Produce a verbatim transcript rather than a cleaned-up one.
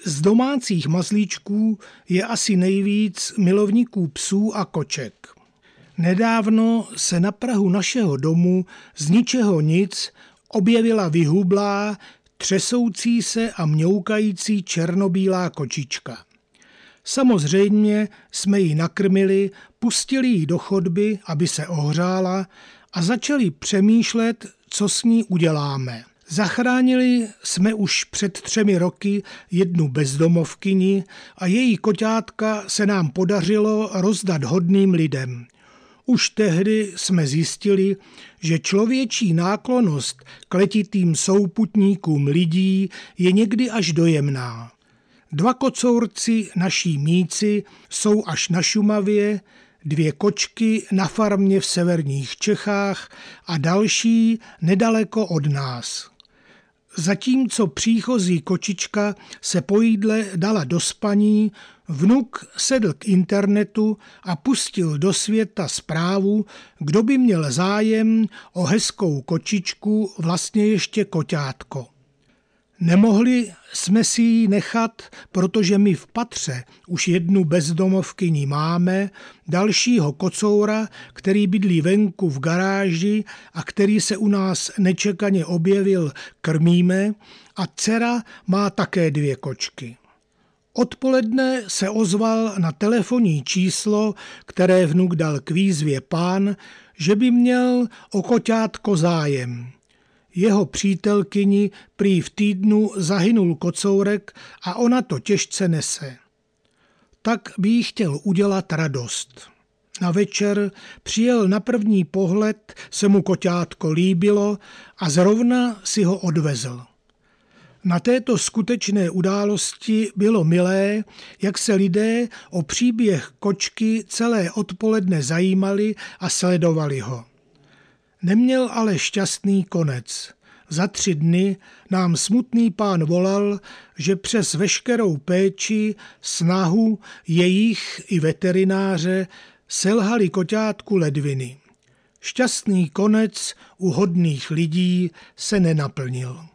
Z domácích mazlíčků je asi nejvíc milovníků psů a koček. Nedávno se na prahu našeho domu z ničeho nic objevila vyhublá, třesoucí se a mňoukající černobílá kočička. Samozřejmě jsme ji nakrmili, pustili ji do chodby, aby se ohřála, a začali přemýšlet, co s ní uděláme. Zachránili jsme už před třemi roky jednu bezdomovkyni a její koťátka se nám podařilo rozdat hodným lidem. Už tehdy jsme zjistili, že člověčí náklonnost k letitým souputníkům lidí je někdy až dojemná. Dva kocourci naší míci jsou až na Šumavě, dvě kočky na farmě v severních Čechách a další nedaleko od nás. Zatímco příchozí kočička se po jídle dala do spaní, vnuk sedl k internetu a pustil do světa zprávu, kdo by měl zájem o hezkou kočičku, vlastně ještě koťátko. Nemohli jsme si ji nechat, protože my v patře už jednu bezdomovkyni máme, dalšího kocoura, který bydlí venku v garáži a který se u nás nečekaně objevil, krmíme, a dcera má také dvě kočky. Odpoledne se ozval na telefonní číslo, které vnuk dal k výzvě pán, že by měl o koťátko zájem. Jeho přítelkyni prý v týdnu zahynul kocourek a ona to těžce nese. Tak by jí chtěl udělat radost. Na večer přijel, na první pohled se mu koťátko líbilo a zrovna si ho odvezl. Na této skutečné události bylo milé, jak se lidé o příběh kočky celé odpoledne zajímali a sledovali ho. Neměl ale šťastný konec. Za tři dny nám smutný pán volal, že přes veškerou péči, snahu jejich i veterináře selhali koťátku ledviny. Šťastný konec u hodných lidí se nenaplnil.